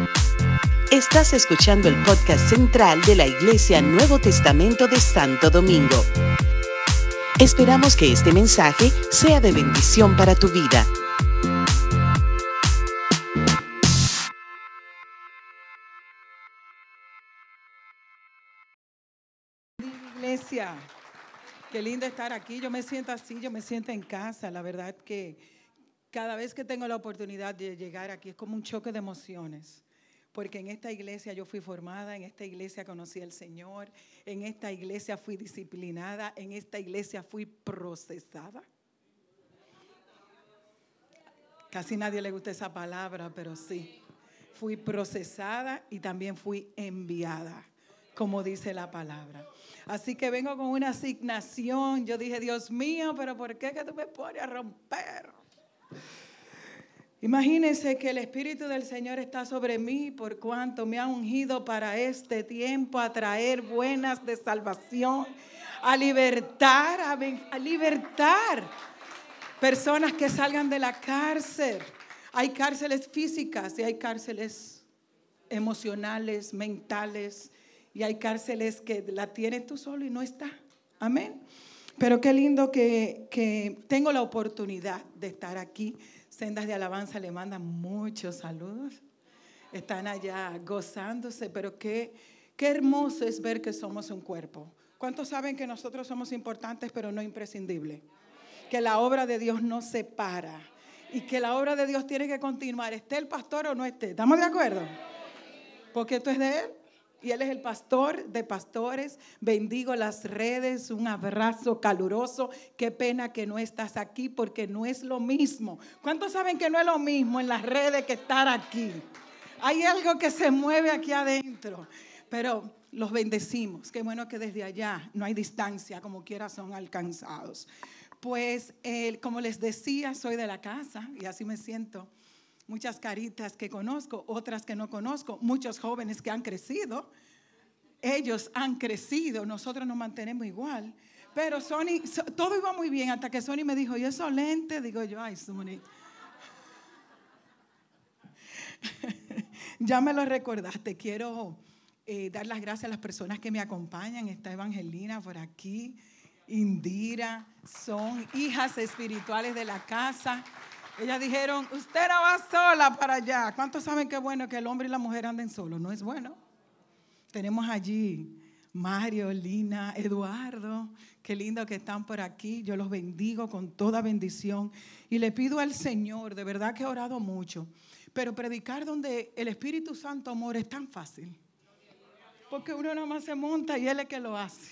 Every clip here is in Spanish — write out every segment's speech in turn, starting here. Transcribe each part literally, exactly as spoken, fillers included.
Estás escuchando el podcast central de la Iglesia Nuevo Testamento de Santo Domingo. Esperamos que este mensaje sea de bendición para tu vida. Iglesia, qué lindo estar aquí. Yo me siento así, yo me siento en casa. La verdad que cada vez que tengo la oportunidad de llegar aquí es como un choque de emociones. Porque en esta iglesia yo fui formada, en esta iglesia conocí al Señor, en esta iglesia fui disciplinada, en esta iglesia fui procesada. Casi nadie le gusta esa palabra, pero sí. Fui procesada y también fui enviada, como dice la palabra. Así que vengo con una asignación. Yo dije, Dios mío, pero ¿por qué que tú me pones a romper? Imagínense que el Espíritu del Señor está sobre mí por cuanto me ha ungido para este tiempo a traer buenas de salvación, a libertar, a, a libertar personas que salgan de la cárcel. Hay cárceles físicas y hay cárceles emocionales, mentales, y hay cárceles que la tienes tú solo y no está. Amén. Pero qué lindo que, que tengo la oportunidad de estar aquí. Sendas de Alabanza le mandan muchos saludos. Están allá gozándose, pero qué, qué hermoso es ver que somos un cuerpo. ¿Cuántos saben que nosotros somos importantes pero no imprescindibles? Que la obra de Dios no se para y que la obra de Dios tiene que continuar, esté el pastor o no esté. ¿Estamos de acuerdo? Porque esto es de Él. Y Él es el pastor de pastores. Bendigo las redes. Un abrazo caluroso. Qué pena que no estás aquí porque no es lo mismo. ¿Cuántos saben que no es lo mismo en las redes que estar aquí? Hay algo que se mueve aquí adentro. Pero los bendecimos. Qué bueno que desde allá no hay distancia. Como quiera son alcanzados. Pues eh, como les decía, soy de la casa y así me siento. Muchas caritas que conozco, otras que no conozco, muchos jóvenes que han crecido. Ellos han crecido, nosotros nos mantenemos igual. Pero Sony, so, todo iba muy bien hasta que Sony me dijo, ¿y esos lentes? Digo yo, ay, Sony. Ya me lo recordaste. Quiero eh, dar las gracias a las personas que me acompañan. Está Evangelina por aquí, Indira, son hijas espirituales de la casa. Ellas dijeron, usted no va sola para allá. ¿Cuántos saben que es bueno que el hombre y la mujer anden solos? No es bueno. Tenemos allí Mario, Lina, Eduardo. Qué lindo que están por aquí. Yo los bendigo con toda bendición. Y le pido al Señor, de verdad que he orado mucho. Pero predicar donde el Espíritu Santo mora es tan fácil. Porque uno nada más se monta y Él es que lo hace.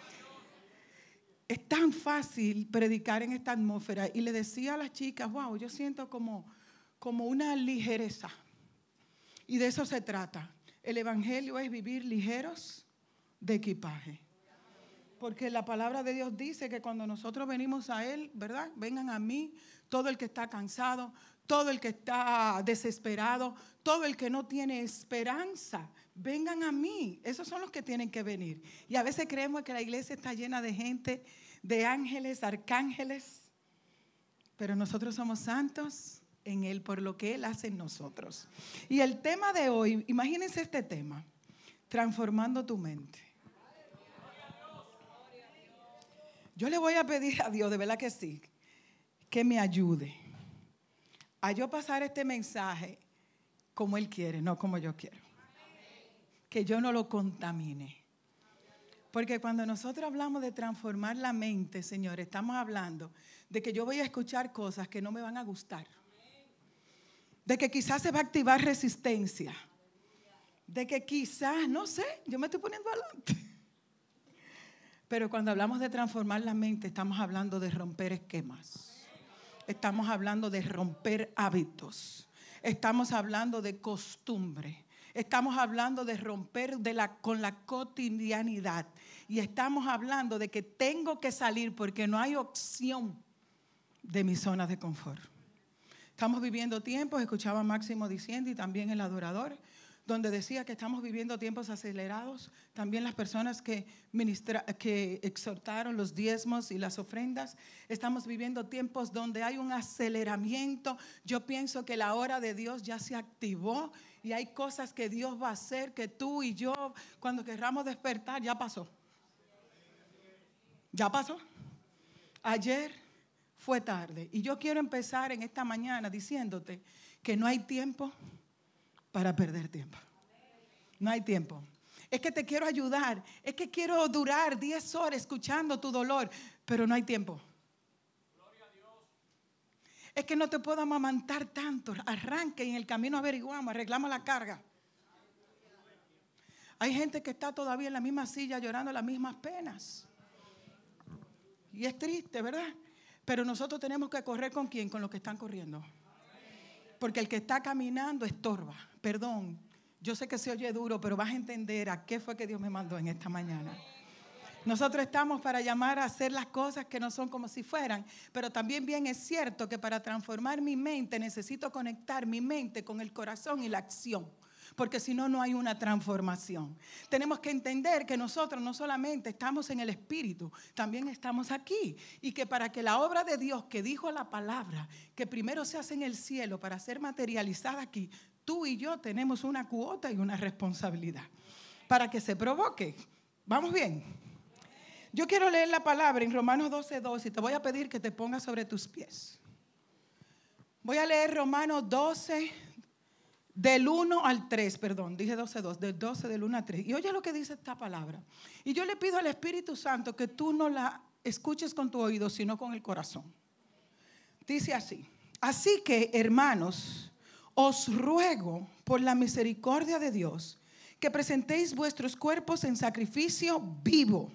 Es tan fácil predicar en esta atmósfera. Y le decía a las chicas, wow, yo siento como, como una ligereza. Y de eso se trata. El evangelio es vivir ligeros de equipaje. Porque la palabra de Dios dice que cuando nosotros venimos a Él, ¿verdad? Vengan a mí, todo el que está cansado, todo el que está desesperado, todo el que no tiene esperanza. Vengan a mí. Esos son los que tienen que venir. Y a veces creemos que la iglesia está llena de gente, de ángeles, arcángeles. Pero nosotros somos santos en Él por lo que Él hace en nosotros. Y el tema de hoy, imagínense este tema, transformando tu mente. Yo le voy a pedir a Dios, de verdad que sí, que me ayude a yo pasar este mensaje como Él quiere, no como yo quiero. Que yo no lo contamine. Porque cuando nosotros hablamos de transformar la mente, Señor, estamos hablando de que yo voy a escuchar cosas que no me van a gustar. De que quizás se va a activar resistencia. De que quizás, no sé, yo me estoy poniendo adelante. Pero cuando hablamos de transformar la mente, estamos hablando de romper esquemas. Estamos hablando de romper hábitos. Estamos hablando de costumbre. Estamos hablando de romper de la, con la cotidianidad. Y estamos hablando de que tengo que salir porque no hay opción de mi zona de confort. Estamos viviendo tiempos, escuchaba a Máximo diciendo y también el adorador, donde decía que estamos viviendo tiempos acelerados. También las personas que, ministra, que exhortaron los diezmos y las ofrendas. Estamos viviendo tiempos donde hay un aceleramiento. Yo pienso que la hora de Dios ya se activó y hay cosas que Dios va a hacer que tú y yo, cuando querramos despertar, ya pasó. Ya pasó. Ayer fue tarde. Y yo quiero empezar en esta mañana diciéndote que no hay tiempo para perder tiempo. No hay tiempo. Es que te quiero ayudar. Es que quiero durar diez horas escuchando tu dolor, pero no hay tiempo. Es que no te puedo amamantar tanto. Arranque y en el camino averiguamos, arreglamos la carga. Hay gente que está todavía en la misma silla llorando las mismas penas. Y es triste, ¿verdad? Pero nosotros tenemos que correr ¿con quién? Con los que están corriendo. Porque el que está caminando estorba. Perdón, yo sé que se oye duro, pero vas a entender a qué fue que Dios me mandó en esta mañana. Nosotros estamos para llamar a hacer las cosas que no son como si fueran, pero también bien es cierto que para transformar mi mente necesito conectar mi mente con el corazón y la acción, porque si no, no hay una transformación. Tenemos que entender que nosotros no solamente estamos en el Espíritu, también estamos aquí, y que para que la obra de Dios que dijo la palabra, que primero se hace en el cielo para ser materializada aquí, tú y yo tenemos una cuota y una responsabilidad para que se provoque. ¿Vamos bien? Yo quiero leer la palabra en Romanos doce, dos y te voy a pedir que te pongas sobre tus pies. Voy a leer Romanos doce, del uno al tres, perdón, dije doce, dos, del doce del uno al tres. Y oye lo que dice esta palabra. Y yo le pido al Espíritu Santo que tú no la escuches con tu oído, sino con el corazón. Dice así: así que, hermanos, os ruego por la misericordia de Dios que presentéis vuestros cuerpos en sacrificio vivo,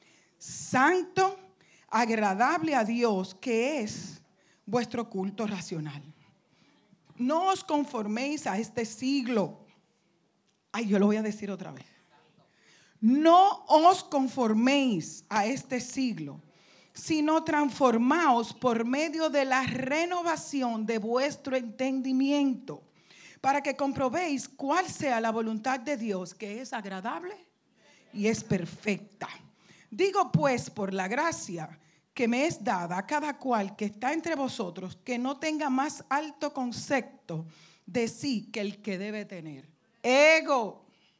santo, agradable a Dios, que es vuestro culto racional. No os conforméis a este siglo. Ay, yo lo voy a decir otra vez. No os conforméis a este siglo, sino transformaos por medio de la renovación de vuestro entendimiento, para que comprobéis cuál sea la voluntad de Dios, que es agradable y es perfecta. Digo pues, por la gracia que me es dada a cada cual que está entre vosotros, que no tenga más alto concepto de sí que el que debe tener, ego,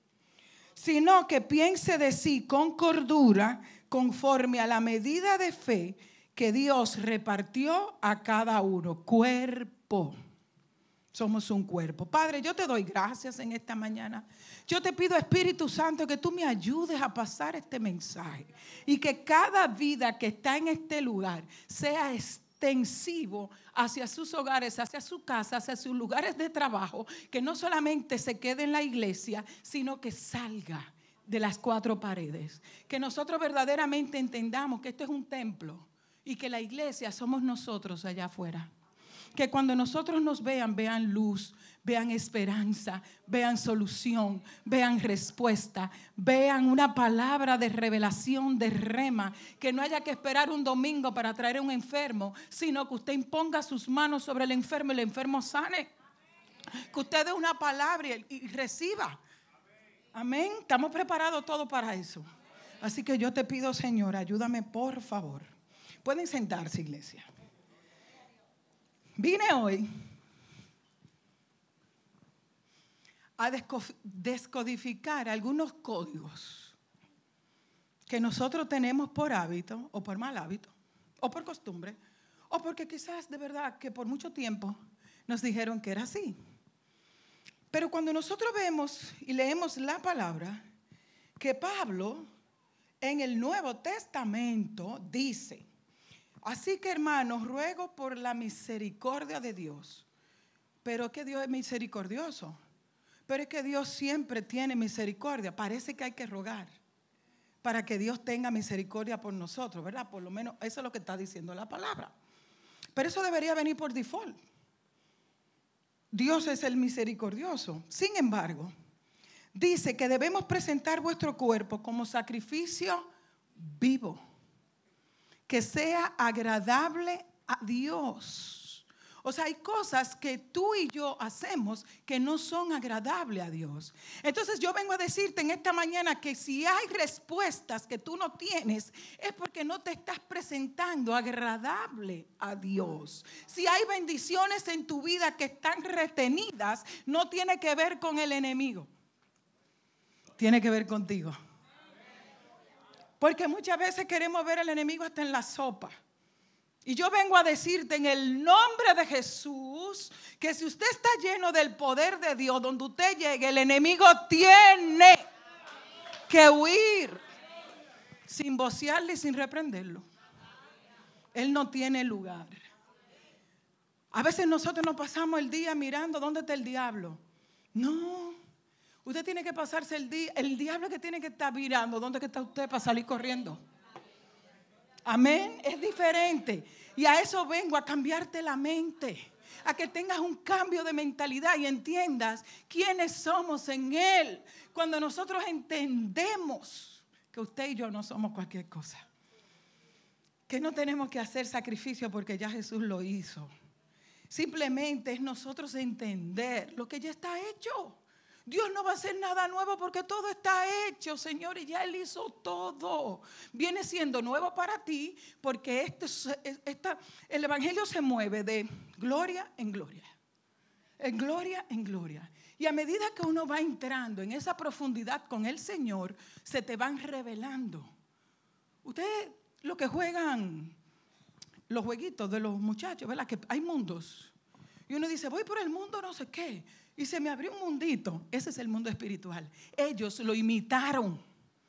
sino que piense de sí con cordura, conforme a la medida de fe que Dios repartió a cada uno. Cuerpo. Somos un cuerpo. Padre, yo te doy gracias en esta mañana. Yo te pido, Espíritu Santo, que tú me ayudes a pasar este mensaje y que cada vida que está en este lugar sea extensivo hacia sus hogares, hacia su casa, hacia sus lugares de trabajo, que no solamente se quede en la iglesia, sino que salga de las cuatro paredes. Que nosotros verdaderamente entendamos que esto es un templo y que la iglesia somos nosotros allá afuera. Que cuando nosotros nos vean, vean luz, vean esperanza, vean solución, vean respuesta, vean una palabra de revelación, de rema, que no haya que esperar un domingo para traer a un enfermo, sino que usted imponga sus manos sobre el enfermo y el enfermo sane. Que usted dé una palabra y, y reciba. Amén. Estamos preparados todos para eso. Así que yo te pido, Señor, ayúdame por favor. Pueden sentarse, iglesia. Vine hoy a descodificar algunos códigos que nosotros tenemos por hábito o por mal hábito o por costumbre o porque quizás de verdad que por mucho tiempo nos dijeron que era así. Pero cuando nosotros vemos y leemos la palabra, que Pablo en el Nuevo Testamento dice: así que, hermanos, ruego por la misericordia de Dios. Pero que Dios es misericordioso. Pero es que Dios siempre tiene misericordia. Parece que hay que rogar para que Dios tenga misericordia por nosotros, ¿verdad? Por lo menos eso es lo que está diciendo la palabra. Pero eso debería venir por default. Dios es el misericordioso. Sin embargo, dice que debemos presentar vuestro cuerpo como sacrificio vivo, que sea agradable a Dios. O sea, hay cosas que tú y yo hacemos que no son agradables a Dios. Entonces yo vengo a decirte en esta mañana que si hay respuestas que tú no tienes, es porque no te estás presentando agradable a Dios. Si hay bendiciones en tu vida que están retenidas, no tiene que ver con el enemigo. Tiene que ver contigo. Porque muchas veces queremos ver al enemigo hasta en la sopa. Y yo vengo a decirte en el nombre de Jesús que si usted está lleno del poder de Dios, donde usted llegue, el enemigo tiene que huir sin vocearle y sin reprenderlo. Él no tiene lugar. A veces nosotros nos pasamos el día mirando dónde está el diablo. No, usted tiene que pasarse el día, el diablo que tiene que estar mirando dónde está usted para salir corriendo. Amén, es diferente. Y a eso vengo, a cambiarte la mente, a que tengas un cambio de mentalidad y entiendas quiénes somos en Él. Cuando nosotros entendemos que usted y yo no somos cualquier cosa, que no tenemos que hacer sacrificio porque ya Jesús lo hizo. Simplemente es nosotros entender lo que ya está hecho. Dios no va a hacer nada nuevo porque todo está hecho, Señor, y ya Él hizo todo. Viene siendo nuevo para ti porque este, esta, el Evangelio se mueve de gloria en gloria, en gloria en gloria. Y a medida que uno va entrando en esa profundidad con el Señor, se te van revelando. Ustedes, los que juegan los jueguitos de los muchachos, ¿verdad? Que hay mundos. Y uno dice, voy por el mundo no sé qué. Y se me abrió un mundito. Ese es el mundo espiritual. Ellos lo imitaron.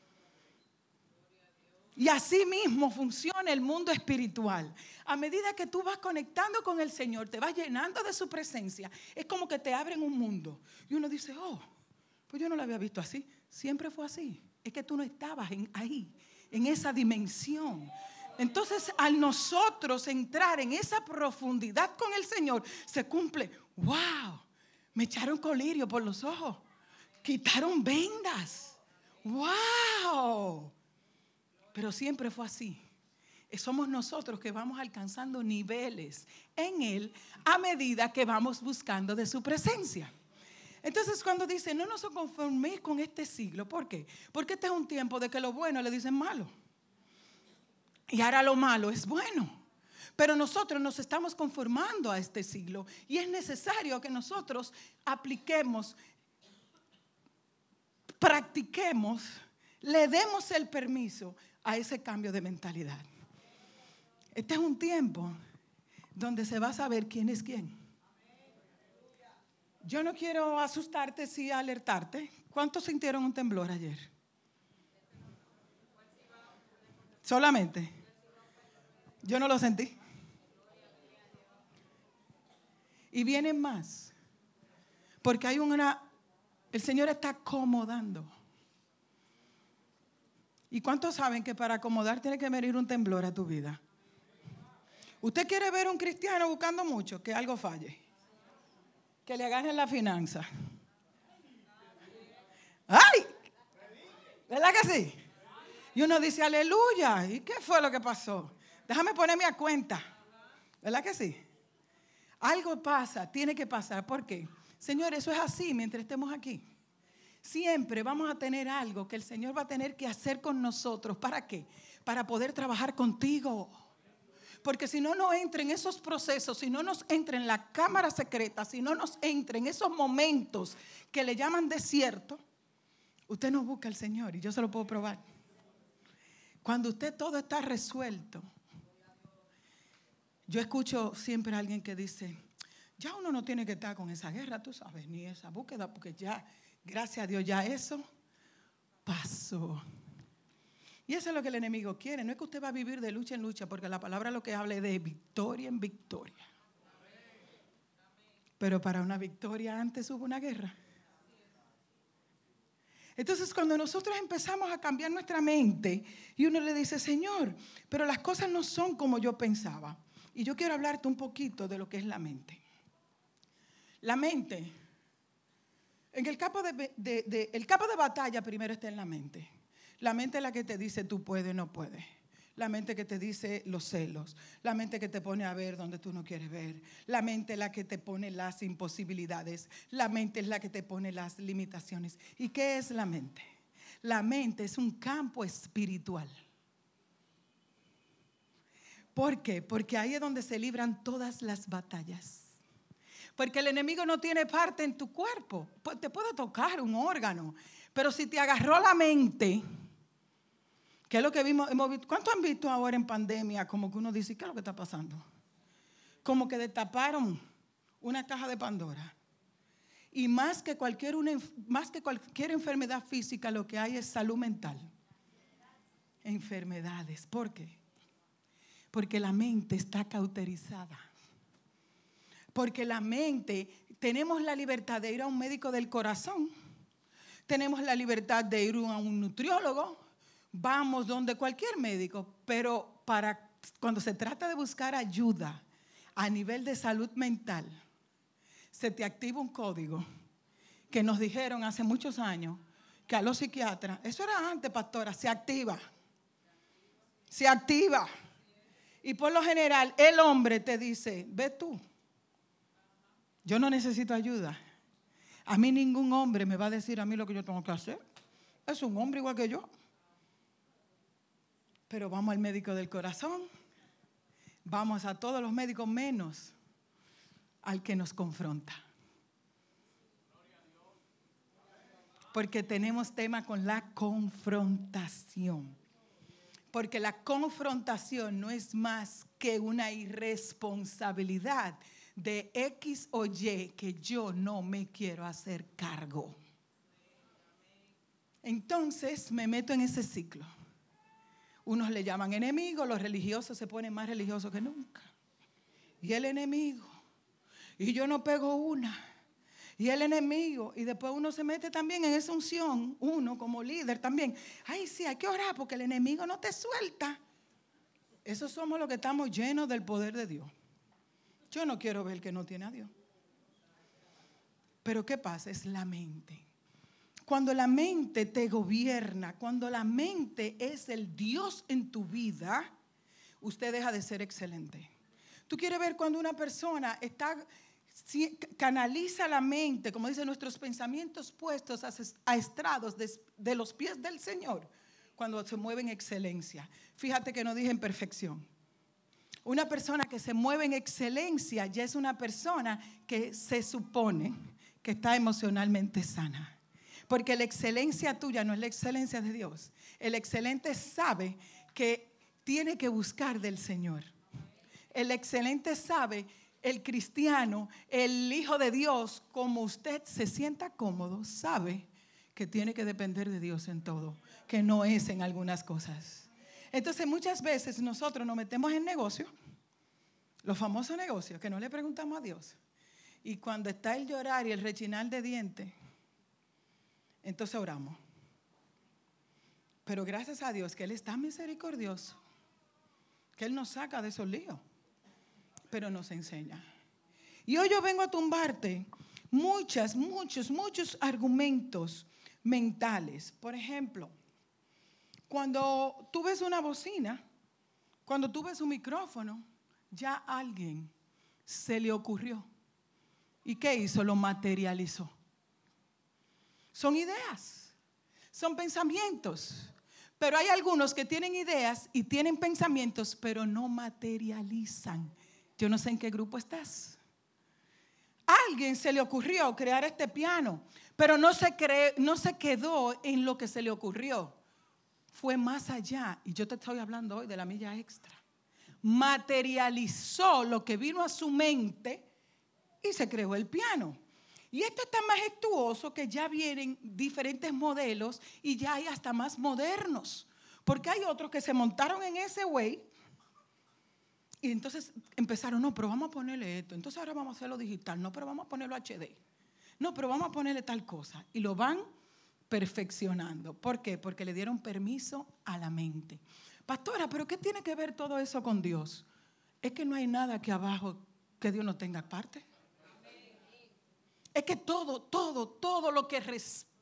Y así mismo funciona el mundo espiritual. A medida que tú vas conectando con el Señor, te vas llenando de su presencia, es como que te abren un mundo. Y uno dice, oh, pues yo no lo había visto así. Siempre fue así. Es que tú no estabas en, ahí, en esa dimensión. Entonces, al nosotros entrar en esa profundidad con el Señor, se cumple, wow. Me echaron colirio por los ojos. Quitaron vendas. ¡Wow! Pero siempre fue así. Somos nosotros que vamos alcanzando niveles en Él a medida que vamos buscando de su presencia. Entonces cuando dice, no nos conforméis con este siglo. ¿Por qué? Porque este es un tiempo de que lo bueno le dicen malo. Y ahora lo malo es bueno. Pero nosotros nos estamos conformando a este siglo y es necesario que nosotros apliquemos, practiquemos, le demos el permiso a ese cambio de mentalidad. Este es un tiempo donde se va a saber quién es quién. Yo no quiero asustarte, sí alertarte. ¿Cuántos sintieron un temblor ayer? Solamente. Yo no lo sentí. Y vienen más. Porque hay una, el Señor está acomodando. ¿Y cuántos saben que para acomodar tiene que venir un temblor a tu vida? ¿Usted quiere ver un cristiano buscando mucho? Que algo falle. Que le agarren la finanza. ¡Ay! ¿Verdad que sí? Y uno dice, aleluya. ¿Y qué fue lo que pasó? Déjame ponerme a cuenta. ¿Verdad que sí? Algo pasa, tiene que pasar. ¿Por qué? Señor, eso es así mientras estemos aquí. Siempre vamos a tener algo que el Señor va a tener que hacer con nosotros. ¿Para qué? Para poder trabajar contigo. Porque si no nos entra en esos procesos, si no nos entra en la cámara secreta, si no nos entra en esos momentos que le llaman desierto, usted no busca al Señor y yo se lo puedo probar. Cuando usted todo está resuelto. Yo escucho siempre a alguien que dice, ya uno no tiene que estar con esa guerra, tú sabes, ni esa búsqueda, porque ya, gracias a Dios, ya eso pasó. Y eso es lo que el enemigo quiere. No es que usted va a vivir de lucha en lucha, porque la palabra lo que habla es de victoria en victoria. Pero para una victoria antes hubo una guerra. Entonces cuando nosotros empezamos a cambiar nuestra mente y uno le dice, Señor, pero las cosas no son como yo pensaba. Y yo quiero hablarte un poquito de lo que es la mente. La mente, en el campo de, de, de, el campo de batalla primero está en la mente. La mente es la que te dice tú puedes, no puedes. La mente que te dice los celos, la mente que te pone a ver donde tú no quieres ver, la mente es la que te pone las imposibilidades, la mente es la que te pone las limitaciones. ¿Y qué es la mente? La mente es un campo espiritual. ¿Por qué? Porque ahí es donde se libran todas las batallas. Porque el enemigo no tiene parte en tu cuerpo. Te puede tocar un órgano, pero si te agarró la mente, ¿qué es lo que vimos? Hemos visto, ¿cuánto han visto ahora en pandemia? Como que uno dice, ¿qué es lo que está pasando? Como que destaparon una caja de Pandora. Y más que cualquier, una, más que cualquier enfermedad física, lo que hay es salud mental. Enfermedades. ¿Por qué? Porque la mente está cauterizada. Porque la mente, tenemos la libertad de ir a un médico del corazón. Tenemos la libertad de ir a un nutriólogo. Vamos donde cualquier médico, pero para cuando se trata de buscar ayuda a nivel de salud mental, se te activa un código que nos dijeron hace muchos años que a los psiquiatras, eso era antes, pastora, se activa, se activa. Y por lo general el hombre te dice, ve tú, yo no necesito ayuda. A mí ningún hombre me va a decir a mí lo que yo tengo que hacer. Es un hombre igual que yo. Pero vamos al médico del corazón, vamos a todos los médicos menos al que nos confronta. Porque tenemos tema con la confrontación. Porque la confrontación no es más que una irresponsabilidad de X o Y que yo no me quiero hacer cargo. Entonces me meto en ese ciclo. Unos le llaman enemigo, los religiosos se ponen más religiosos que nunca. Y el enemigo, y yo no pego una, y el enemigo, y después uno se mete también en esa unción, uno como líder también. Ay, sí, hay que orar porque el enemigo no te suelta. Esos somos los que estamos llenos del poder de Dios. Yo no quiero ver el que no tiene a Dios. Pero ¿qué pasa? Es la mente. Cuando la mente te gobierna, cuando la mente es el Dios en tu vida, usted deja de ser excelente. Tú quieres ver cuando una persona está, si, canaliza la mente, como dicen nuestros pensamientos puestos a, a estrados de, de los pies del Señor, cuando se mueve en excelencia. Fíjate que no dije en perfección. Una persona que se mueve en excelencia ya es una persona que se supone que está emocionalmente sana. Porque la excelencia tuya no es la excelencia de Dios. El excelente sabe que tiene que buscar del Señor. El excelente sabe, el cristiano, el hijo de Dios, como usted se sienta cómodo, sabe que tiene que depender de Dios en todo, que no es en algunas cosas. Entonces muchas veces nosotros nos metemos en negocios, los famosos negocios, que no le preguntamos a Dios. Y cuando está el llorar y el rechinar de dientes, entonces oramos. Pero gracias a Dios que Él es tan misericordioso, que Él nos saca de esos líos, pero nos enseña. Y hoy yo vengo a tumbarte muchas, muchos, muchos argumentos mentales. Por ejemplo, cuando tú ves una bocina, cuando tú ves un micrófono, ya a alguien se le ocurrió. ¿Y qué hizo? Lo materializó. Son ideas, son pensamientos. Pero hay algunos que tienen ideas y tienen pensamientos, pero no materializan. Yo no sé en qué grupo estás. A alguien se le ocurrió crear este piano, pero no se, cre- no se quedó en lo que se le ocurrió. Fue más allá. Y yo te estoy hablando hoy de la milla extra. Materializó lo que vino a su mente y se creó el piano. Y esto es tan majestuoso que ya vienen diferentes modelos y ya hay hasta más modernos. Porque hay otros que se montaron en ese way y entonces empezaron, no, pero vamos a ponerle esto. Entonces ahora vamos a hacerlo digital. No, pero vamos a ponerlo H D. No, pero vamos a ponerle tal cosa. Y lo van perfeccionando. ¿Por qué? Porque le dieron permiso a la mente. Pastora, ¿pero qué tiene que ver todo eso con Dios? Es que no hay nada aquí abajo que Dios no tenga parte. Es que todo, todo, todo lo que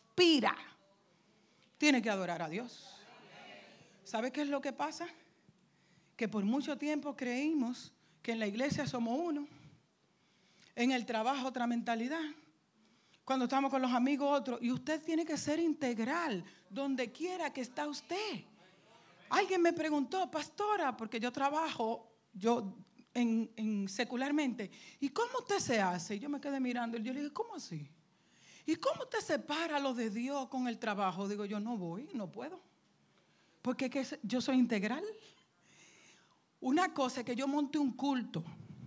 respira tiene que adorar a Dios. ¿Sabe qué es lo que pasa? que por mucho tiempo creímos que en la iglesia somos uno, en el trabajo otra mentalidad, cuando estamos con los amigos otro, y usted tiene que ser integral donde quiera que está usted. Alguien me preguntó, pastora, porque yo trabajo yo en, en secularmente, ¿y cómo usted se hace? Y yo me quedé mirando y yo le dije, ¿cómo así? ¿Y cómo usted separa lo de Dios con el trabajo? Digo, yo no voy, no puedo, porque que yo soy integral. Una cosa es que yo monte un culto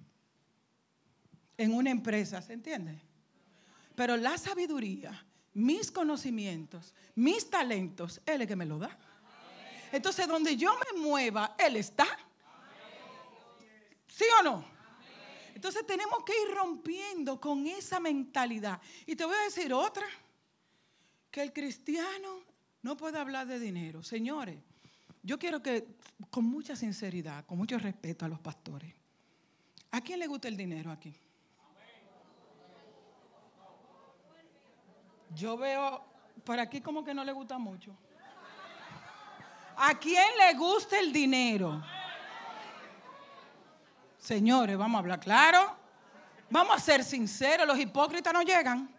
en una empresa, ¿se entiende? Pero la sabiduría, mis conocimientos, mis talentos, Él es que me lo da. Entonces, donde yo me mueva, Él está. ¿Sí o no? Entonces, tenemos que ir rompiendo con esa mentalidad. Y te voy a decir otra, que el cristiano no puede hablar de dinero. Señores, yo quiero que, con mucha sinceridad, con mucho respeto a los pastores, ¿a quién le gusta el dinero aquí? Yo veo por aquí como que no le gusta mucho. ¿A quién le gusta el dinero? Señores, vamos a hablar claro. Vamos a ser sinceros, los hipócritas no llegan.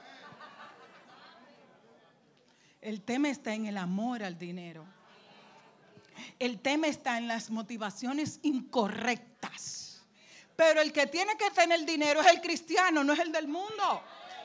El tema está en el amor al dinero. El tema está en las motivaciones incorrectas. Pero el que tiene que tener dinero es el cristiano, no es el del mundo.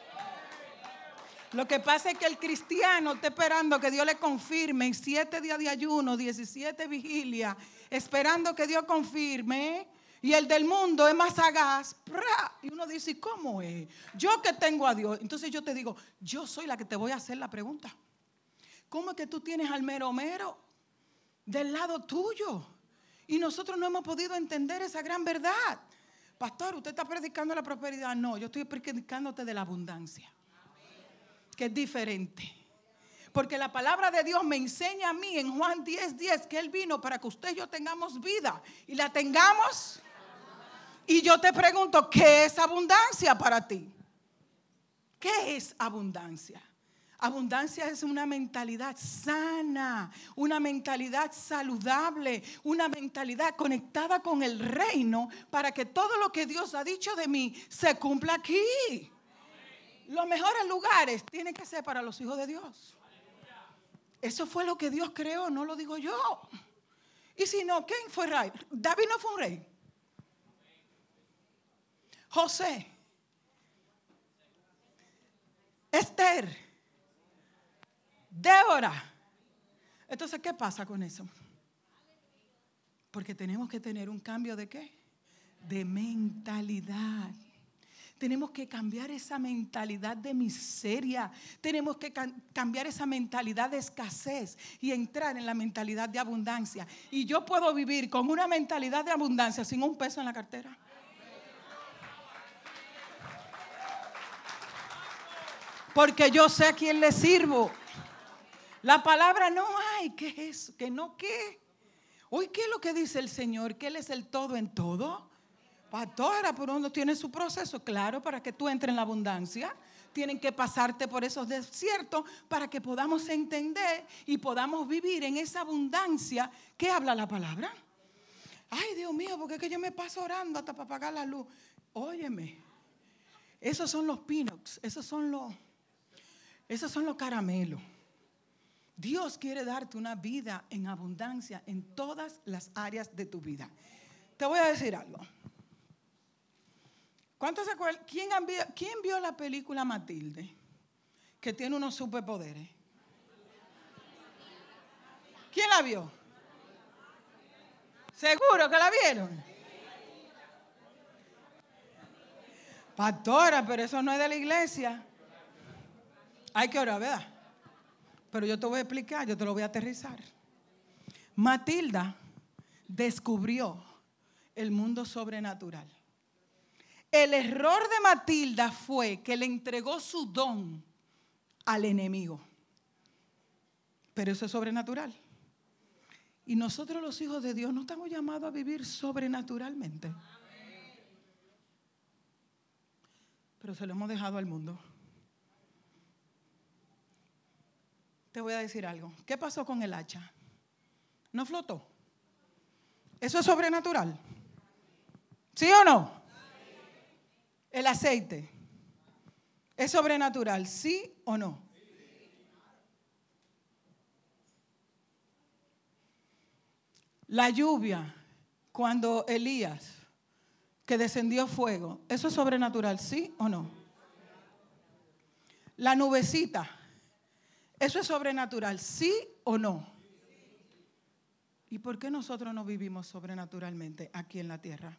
Lo que pasa es que el cristiano está esperando que Dios le confirme en siete días de ayuno, diecisiete vigilias, esperando que Dios confirme. Y el del mundo es más sagaz. Y uno dice, ¿cómo es? Yo que tengo a Dios. Entonces yo te digo, yo soy la que te voy a hacer la pregunta. ¿Cómo es que tú tienes al mero mero del lado tuyo? Y nosotros no hemos podido entender esa gran verdad. Pastor, ¿usted está predicando la prosperidad? No, yo estoy predicándote de la abundancia, que es diferente. Porque la palabra de Dios me enseña a mí en Juan diez, diez que Él vino para que usted y yo tengamos vida y la tengamos. Y yo te pregunto, ¿qué es abundancia para ti? ¿Qué es abundancia? Abundancia es una mentalidad sana, una mentalidad saludable, una mentalidad conectada con el reino para que todo lo que Dios ha dicho de mí se cumpla aquí. Los mejores lugares tienen que ser para los hijos de Dios. Eso fue lo que Dios creó, no lo digo yo. Y si no, ¿quién fue rey? David no fue un rey. José, Esther, Débora. Entonces, ¿qué pasa con eso? Porque tenemos que tener un cambio de ¿qué? De mentalidad. Tenemos que cambiar esa mentalidad de miseria. Tenemos que cambiar esa mentalidad de escasez y entrar en la mentalidad de abundancia. Y yo puedo vivir con una mentalidad de abundancia sin un peso en la cartera. Porque yo sé a quién le sirvo. La palabra no hay. ¿Qué es eso? ¿Que no qué? Hoy, ¿qué es lo que dice el Señor? Que Él es el todo en todo. Pastora, pero uno tiene su proceso. Claro, para que tú entres en la abundancia, tienen que pasarte por esos desiertos para que podamos entender y podamos vivir en esa abundancia que habla la palabra. Ay, Dios mío, porque es que yo me paso orando hasta para apagar la luz. Óyeme, esos son los peanuts, esos son los, esos son los caramelos. Dios quiere darte una vida en abundancia en todas las áreas de tu vida. Te voy a decir algo. ¿Cuántos se acuerdan? ¿Quién, ¿Quién vio la película Matilde? Que tiene unos superpoderes. ¿Quién la vio? ¿Seguro que la vieron? Pastora, pero eso no es de la iglesia. Hay que orar, ¿verdad? Pero yo te voy a explicar, yo te lo voy a aterrizar. Matilda descubrió el mundo sobrenatural. El error de Matilda fue que le entregó su don al enemigo. Pero eso es sobrenatural. Y nosotros los hijos de Dios no estamos llamados a vivir sobrenaturalmente. Pero se lo hemos dejado al mundo. Te voy a decir algo. ¿Qué pasó con el hacha? ¿No flotó? ¿Eso es sobrenatural? ¿Sí o no? El aceite. ¿Es sobrenatural? ¿Sí o no? La lluvia, cuando Elías, que descendió fuego, ¿eso es sobrenatural? ¿Sí o no? La nubecita, ¿eso es sobrenatural? ¿Sí o no? ¿Y por qué nosotros no vivimos sobrenaturalmente aquí en la tierra?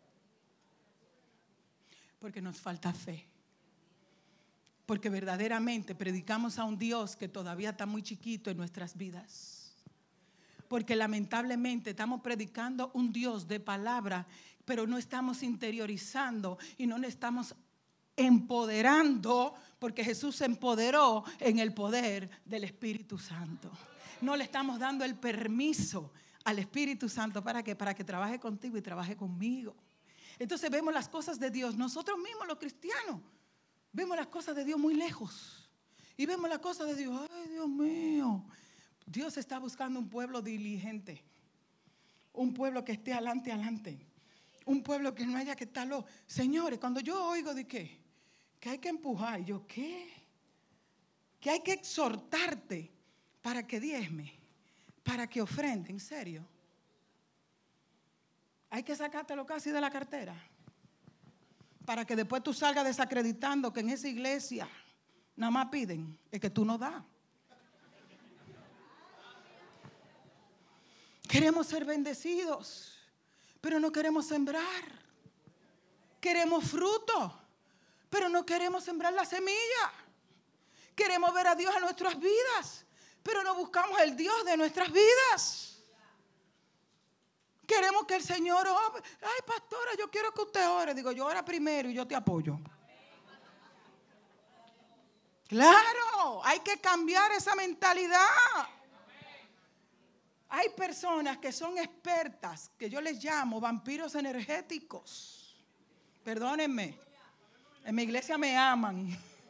Porque nos falta fe. Porque verdaderamente predicamos a un Dios que todavía está muy chiquito en nuestras vidas. Porque lamentablemente estamos predicando un Dios de palabra, pero no estamos interiorizando y no le estamos empoderando, porque Jesús se empoderó en el poder del Espíritu Santo. No le estamos dando el permiso al Espíritu Santo para que, para que trabaje contigo y trabaje conmigo. Entonces vemos las cosas de Dios. Nosotros mismos los cristianos vemos las cosas de Dios muy lejos. Y vemos las cosas de Dios. Ay, Dios mío. Dios está buscando un pueblo diligente. Un pueblo que esté adelante, adelante. Un pueblo que no haya que estarlo. Señores, cuando yo oigo de qué, que hay que empujar. Y yo, ¿qué? Que hay que exhortarte para que diezme, para que ofrende. ¿En serio? Hay que sacártelo casi de la cartera. Para que después tú salgas desacreditando que en esa iglesia nada más piden, es que tú no das. Queremos ser bendecidos, pero no queremos sembrar. Queremos fruto, pero no queremos sembrar la semilla. Queremos ver a Dios en nuestras vidas, pero no buscamos el Dios de nuestras vidas. Queremos que el Señor ore. Ay, pastora, yo quiero que usted ore. Digo, yo ora primero y yo te apoyo. Claro, hay que cambiar esa mentalidad. Hay personas que son expertas, que yo les llamo vampiros energéticos. Perdónenme, en mi iglesia me aman.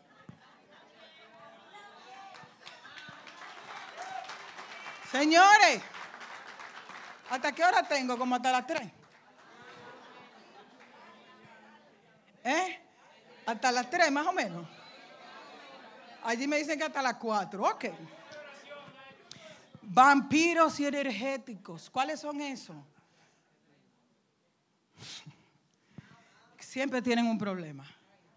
Señores, ¿hasta qué hora tengo? Como hasta las tres. ¿Eh? Hasta las tres más o menos. Allí me dicen que hasta las cuatro. Ok. Vampiros y energéticos. ¿Cuáles son esos? Siempre tienen un problema.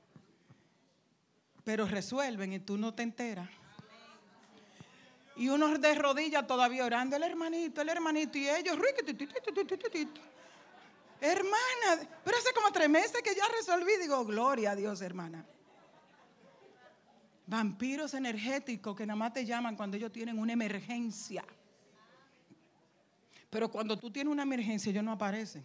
Pero resuelven y tú no te enteras. Y unos de rodillas todavía orando. El hermanito, el hermanito. Y ellos. Hermana, pero hace como tres meses que ya resolví. Digo, gloria a Dios, hermana. Vampiros energéticos que nada más te llaman cuando ellos tienen una emergencia. Pero cuando tú tienes una emergencia, ellos no aparecen.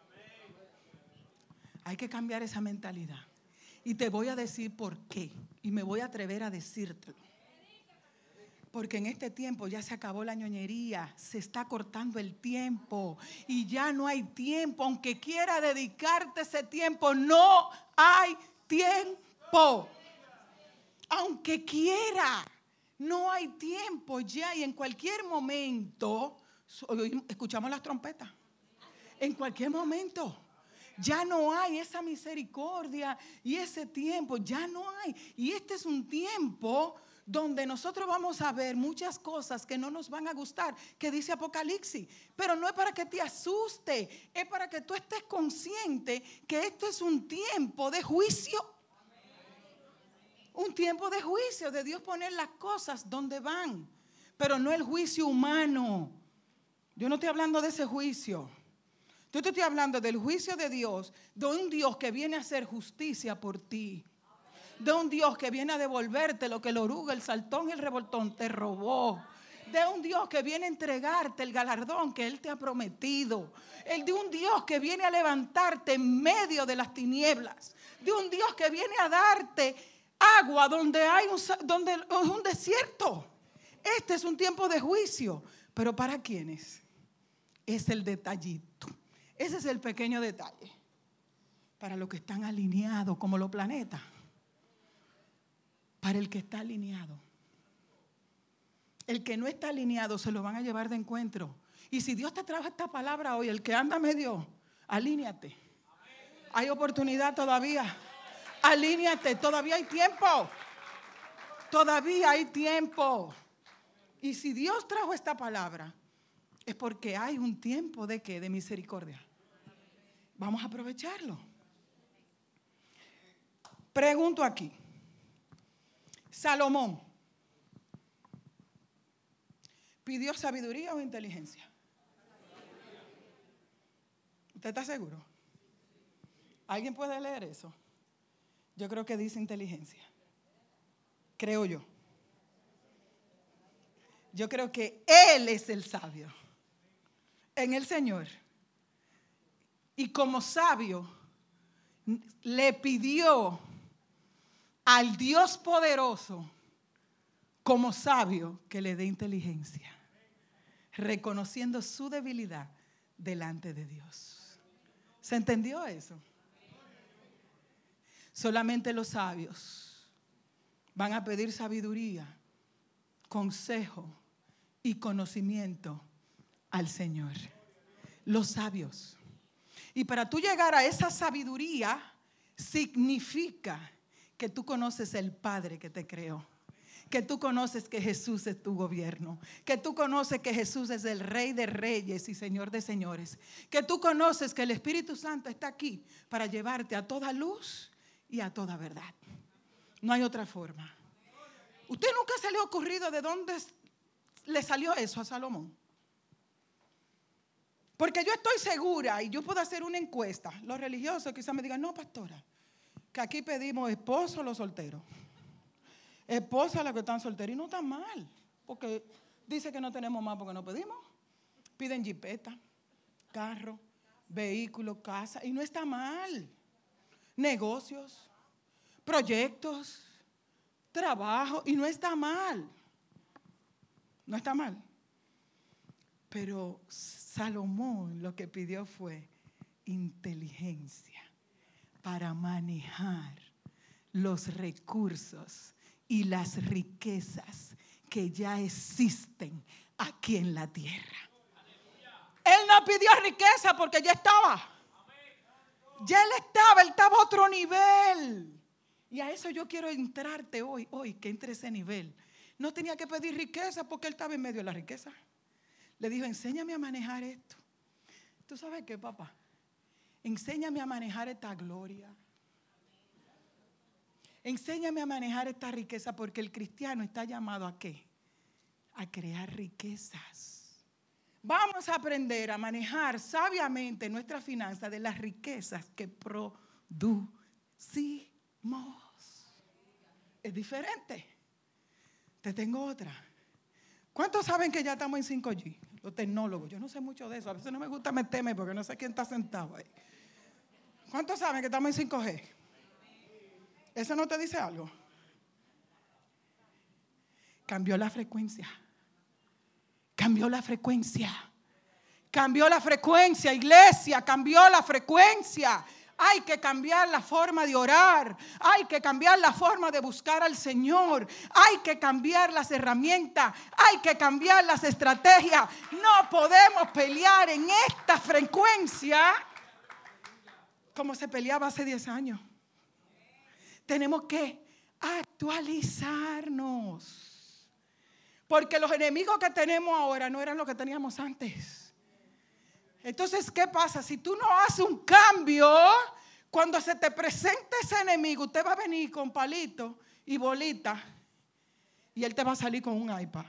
Hay que cambiar esa mentalidad. Y te voy a decir por qué. Y me voy a atrever a decírtelo. Porque en este tiempo ya se acabó la ñoñería, se está cortando el tiempo y ya no hay tiempo. Aunque quiera dedicarte ese tiempo, no hay tiempo. Aunque quiera, no hay tiempo ya. Y en cualquier momento, escuchamos las trompetas, en cualquier momento. Ya no hay esa misericordia y ese tiempo, ya no hay. Y este es un tiempo donde nosotros vamos a ver muchas cosas que no nos van a gustar, que dice Apocalipsis. Pero no es para que te asuste, es para que tú estés consciente que esto es un tiempo de juicio. Un tiempo de juicio, de Dios poner las cosas donde van. Pero no el juicio humano. Yo no estoy hablando de ese juicio. Yo te estoy hablando del juicio de Dios, de un Dios que viene a hacer justicia por ti. De un Dios que viene a devolverte lo que el oruga, el saltón y el revoltón te robó. De un Dios que viene a entregarte el galardón que Él te ha prometido. El de un Dios que viene a levantarte en medio de las tinieblas. De un Dios que viene a darte agua donde hay un, donde es un desierto. Este es un tiempo de juicio. ¿Pero para quiénes? Es el detallito. Ese es el pequeño detalle. Para los que están alineados como los planetas. Para el que está alineado. El que no está alineado se lo van a llevar de encuentro. Y si Dios te trajo esta palabra hoy, el que anda medio, alíñate. Hay oportunidad todavía. Alíñate, todavía hay tiempo. Todavía hay tiempo. Y si Dios trajo esta palabra, es porque hay un tiempo de ¿qué? De misericordia. Vamos a aprovecharlo. Pregunto aquí. Salomón, ¿pidió sabiduría o inteligencia? ¿Usted está seguro? ¿Alguien puede leer eso? Yo creo que dice inteligencia. Creo yo. Yo creo que Él es el sabio en el Señor. Y como sabio, le pidió al Dios poderoso, como sabio, que le dé inteligencia, reconociendo su debilidad delante de Dios. ¿Se entendió eso? Solamente los sabios van a pedir sabiduría, consejo y conocimiento al Señor. Los sabios. Y para tú llegar a esa sabiduría, significa que tú conoces el Padre que te creó. Que tú conoces que Jesús es tu gobierno. Que tú conoces que Jesús es el Rey de Reyes y Señor de Señores. Que tú conoces que el Espíritu Santo está aquí para llevarte a toda luz y a toda verdad. No hay otra forma. ¿Usted nunca se le ha ocurrido de dónde le salió eso a Salomón? Porque yo estoy segura, y yo puedo hacer una encuesta. Los religiosos quizás me digan, no, pastora, que aquí pedimos esposo a los solteros. Esposa a los que están solteros. Y no está mal, porque dice que no tenemos más porque no pedimos. Piden jipeta, carro, vehículo, casa. Y no está mal. Negocios, proyectos, trabajo. Y no está mal. No está mal. Pero Salomón lo que pidió fue inteligencia para manejar los recursos y las riquezas que ya existen aquí en la tierra. Él no pidió riqueza porque ya estaba. Ya él estaba, él estaba a otro nivel. Y a eso yo quiero entrarte hoy, hoy que entre ese nivel. No tenía que pedir riqueza porque él estaba en medio de la riqueza. Le dijo, enséñame a manejar esto. ¿Tú sabes qué, papá? Enséñame a manejar esta gloria. Enséñame a manejar esta riqueza, porque el cristiano está llamado ¿a qué? A crear riquezas. Vamos a aprender a manejar sabiamente nuestras finanzas de las riquezas que producimos. Es diferente. Te tengo otra. ¿Cuántos saben que ya estamos en cinco G? Los tecnólogos. Yo no sé mucho de eso. A veces no me gusta meterme porque no sé quién está sentado ahí. ¿Cuántos saben que estamos en cinco G? ¿Eso no te dice algo? Cambió la frecuencia. Cambió la frecuencia. Cambió la frecuencia, iglesia. Cambió la frecuencia. Hay que cambiar la forma de orar. Hay que cambiar la forma de buscar al Señor. Hay que cambiar las herramientas. Hay que cambiar las estrategias. No podemos pelear en esta frecuencia como se peleaba hace diez años. Tenemos que actualizarnos. Porque los enemigos que tenemos ahora no eran los que teníamos antes. Entonces, ¿qué pasa? Si tú no haces un cambio, cuando se te presente ese enemigo, usted va a venir con palito y bolita y él te va a salir con un iPad.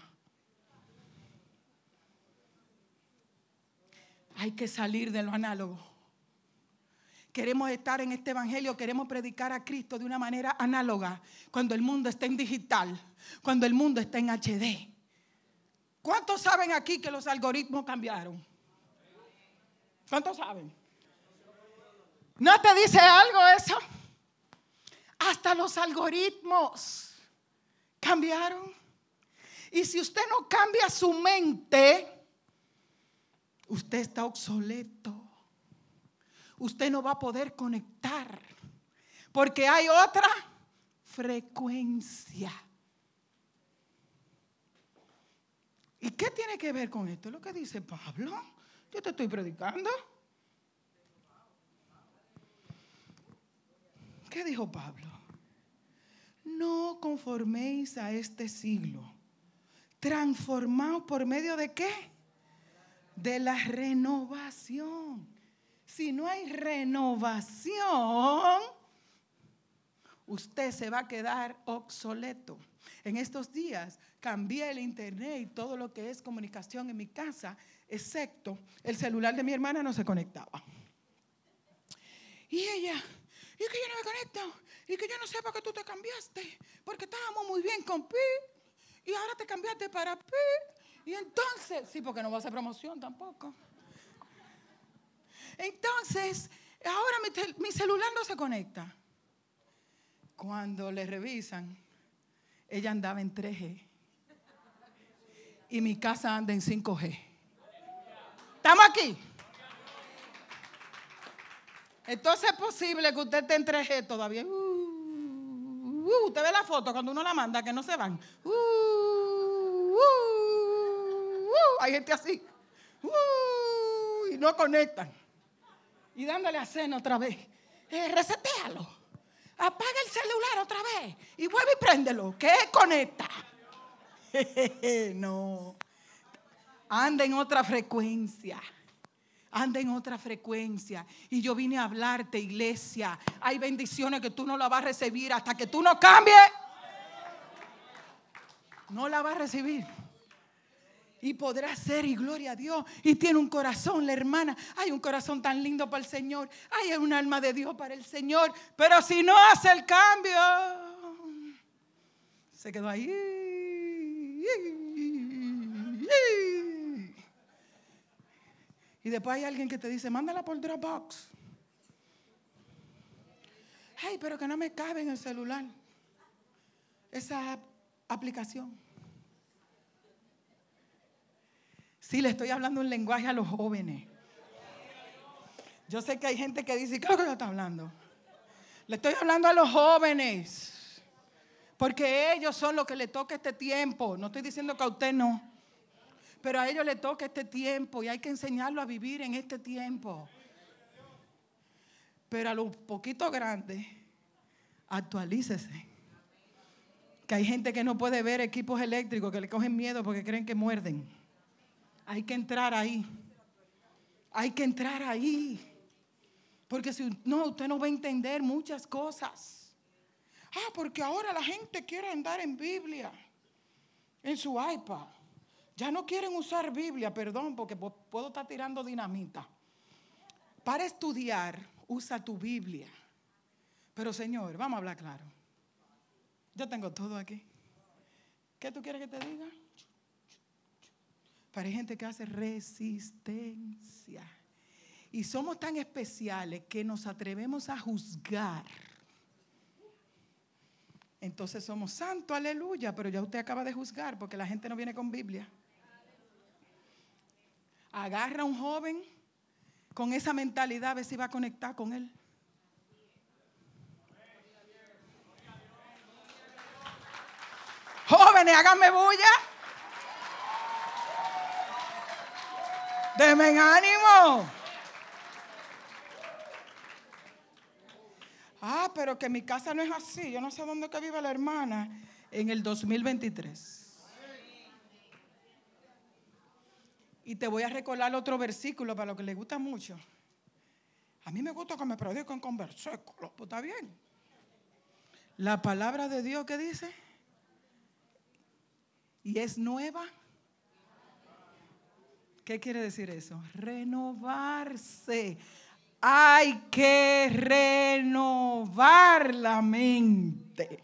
Hay que salir de lo análogo. Queremos estar en este evangelio, queremos predicar a Cristo de una manera análoga, cuando el mundo está en digital, cuando el mundo está en H D. ¿Cuántos saben aquí que los algoritmos cambiaron? ¿Cuántos saben? ¿No te dice algo eso? Hasta los algoritmos cambiaron. Y si usted no cambia su mente, usted está obsoleto. Usted no va a poder conectar, porque hay otra frecuencia. Y qué tiene que ver con esto? Lo que dice Pablo. Yo te estoy predicando. ¿Qué dijo Pablo? No conforméis a este siglo. Transformaos por medio de ¿qué? De la renovación. Si no hay renovación, usted se va a quedar obsoleto. En estos días cambié el internet y todo lo que es comunicación en mi casa, excepto el celular de mi hermana no se conectaba. Y ella, y que yo no me conecto, y que yo no sé por qué tú te cambiaste, porque estábamos muy bien con Pi, y ahora te cambiaste para Pi. Y entonces, sí, porque no va a hacer promoción tampoco. Entonces, ahora mi, tel, mi celular no se conecta. Cuando le revisan, ella andaba en tres G. Y mi casa anda en cinco G. ¿Estamos aquí? Entonces es posible que usted esté en tres G todavía. Uh, uh, usted ve la foto cuando uno la manda, que no se van. Uh, uh, uh, hay gente así. Uh, y no conectan. Y dándole a cena otra vez. Eh, resetéalo. Apaga el celular otra vez. Y vuelve y préndelo. Que conecta. No. Anda en otra frecuencia. Anda en otra frecuencia. Y yo vine a hablarte, iglesia. Hay bendiciones que tú no las vas a recibir hasta que tú no cambies. No la vas a recibir. Y podrá ser, y gloria a Dios. Y tiene un corazón, la hermana. Hay un corazón tan lindo para el Señor. Hay un alma de Dios para el Señor. Pero si no hace el cambio, se quedó ahí. Y después hay alguien que te dice, mándala por Dropbox. Ay, pero que no me cabe en el celular esa aplicación. Sí, le estoy hablando un lenguaje a los jóvenes. Yo sé que hay gente que dice, ¿qué es lo que yo estoy hablando? Le estoy hablando a los jóvenes. Porque ellos son los que le toca este tiempo. No estoy diciendo que a usted no. Pero a ellos les toca este tiempo y hay que enseñarlo a vivir en este tiempo. Pero a los poquitos grandes, actualícese. Que hay gente que no puede ver equipos eléctricos, que le cogen miedo porque creen que muerden. Hay que entrar ahí. Hay que entrar ahí. Porque si no, usted no va a entender muchas cosas. Ah, porque ahora la gente quiere andar en Biblia, en su iPad. Ya no quieren usar Biblia, perdón, porque puedo estar tirando dinamita. Para estudiar, usa tu Biblia. Pero Señor, vamos a hablar claro. Yo tengo todo aquí. ¿Qué tú quieres que te diga? Pero hay gente que hace resistencia. Y somos tan especiales que nos atrevemos a juzgar. Entonces somos santos, aleluya. Pero ya usted acaba de juzgar porque la gente no viene con Biblia. Agarra a un joven con esa mentalidad, a ver si va a conectar con él. Jóvenes, háganme bulla. Denme ánimo. Ah, pero que mi casa no es así. Yo no sé dónde que vive la hermana en el dos mil veintitrés. Y te voy a recordar otro versículo para lo que le gusta mucho. A mí me gusta que me prediquen con versículos. Pues está bien. La palabra de Dios, ¿qué dice? Y es nueva. ¿Qué quiere decir eso? Renovarse. Hay que renovar la mente.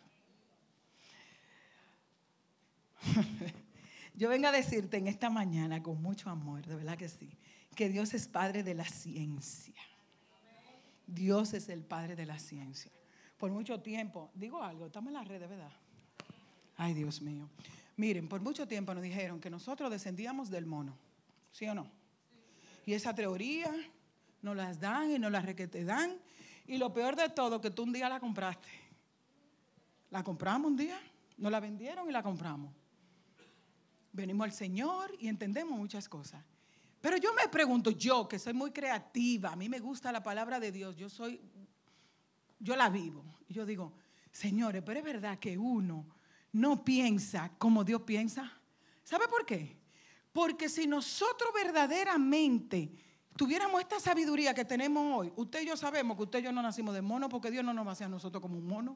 Yo vengo a decirte en esta mañana con mucho amor, de verdad que sí, que Dios es Padre de la ciencia. Dios es el Padre de la ciencia. Por mucho tiempo, digo algo, estamos en las redes, ¿verdad? Ay, Dios mío. Miren, por mucho tiempo nos dijeron que nosotros descendíamos del mono. ¿Sí o no? Y esa teoría nos las dan y nos la requete dan. Y lo peor de todo, que tú un día la compraste. La compramos un día, nos la vendieron y la compramos. venimos al Señor y entendemos muchas cosas. Pero yo me pregunto, yo que soy muy creativa, a mí me gusta la palabra de Dios, yo soy, yo la vivo. Y yo digo, señores, pero es verdad que uno no piensa como Dios piensa. ¿Sabe por qué? Porque si nosotros verdaderamente tuviéramos esta sabiduría que tenemos hoy, usted y yo sabemos que usted y yo no nacimos de mono, porque Dios no nos va a hacer a nosotros como un mono.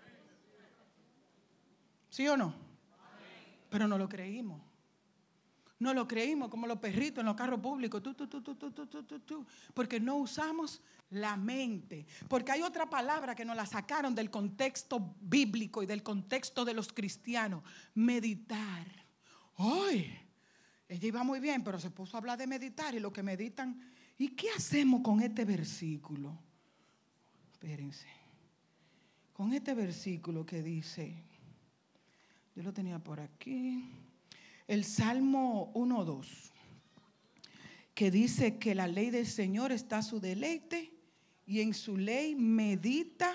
¿Sí o no? Pero no lo creímos. No lo creímos como los perritos en los carros públicos, tú, tú, tú, tú, tú, tú, tú, tú, tú, porque no usamos la mente. Porque hay otra palabra que nos la sacaron del contexto bíblico y del contexto de los cristianos: meditar. ¡Ay! Ella iba muy bien, pero se puso a hablar de meditar y lo que meditan. ¿Y qué hacemos con este versículo? Espérense. Con este versículo que dice, yo lo tenía por aquí. El Salmo uno dos, que dice que la ley del Señor está su deleite y en su ley medita.